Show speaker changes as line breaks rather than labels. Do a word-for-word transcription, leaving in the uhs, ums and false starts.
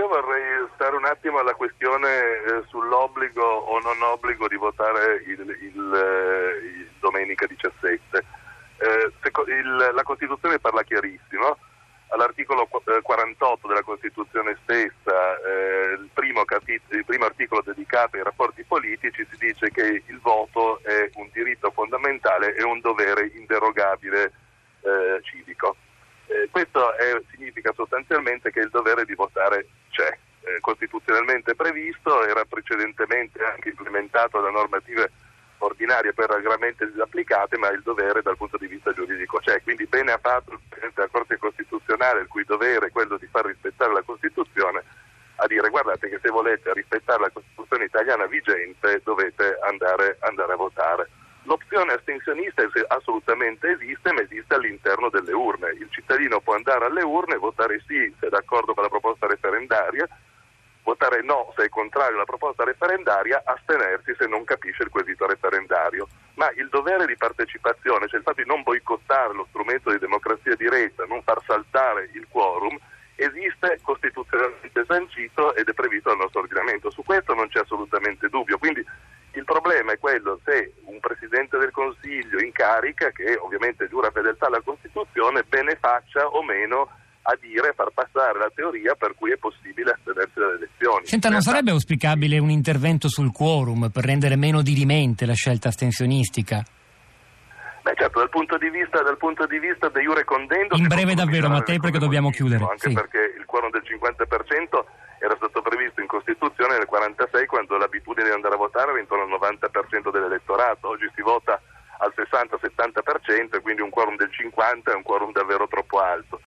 vorrei stare un attimo alla questione eh, sull'obbligo o non obbligo di votare il, il, eh, il domenica diciassette. Eh, seco- il, la Costituzione parla chiarissimo. All'articolo quarantotto della Costituzione stessa, eh, il, primo capit- il primo articolo dedicato ai rapporti politici, si dice che il voto è un diritto fondamentale e un dovere inderogabile eh, civico. Eh, questo è, significa sostanzialmente che il dovere di votare c'è, eh, costituzionalmente previsto, era precedentemente anche implementato da normative ordinarie poi raramente disapplicate, ma il dovere dal punto di vista giuridico c'è. Quindi bene ha fatto il Presidente della Corte Costituzionale, il cui dovere è quello di far rispettare la Costituzione, a dire guardate che se volete rispettare la Costituzione italiana vigente dovete andare, andare a votare. L'opzione astensionista assolutamente esiste, ma esiste all'interno delle urne. Il cittadino può andare alle urne, votare sì se è d'accordo con la proposta referendaria, votare no se è contrario alla proposta referendaria, astenersi se non capisce il quesito referendario. Ma il dovere di partecipazione, cioè il fatto di non boicottare lo strumento di democrazia diretta, non far saltare il quorum, esiste costituzionalmente sancito ed è previsto dal nostro ordinamento. Su questo non c'è assolutamente dubbio. Quindi il problema è quello se un Presidente del Consiglio in carica, che ovviamente giura fedeltà alla Costituzione, bene faccia o meno a dire, far passare la teoria per cui è possibile astenersi dalle elezioni.
Senta, non sarebbe auspicabile un intervento sul quorum per rendere meno dirimente la scelta astensionistica?
Beh, certo, dal punto di vista dal punto di vista de iure condendo.
In breve davvero, Mattei, perché dobbiamo chiudere.
Anche
sì.
Perché il quorum del cinquanta per cento era stato previsto in Costituzione nel quarantasei, quando l'abitudine di andare a votare era intorno al novanta per cento dell'elettorato. Oggi si vota al sessanta settanta per cento e quindi un quorum del cinquanta è un quorum davvero troppo alto.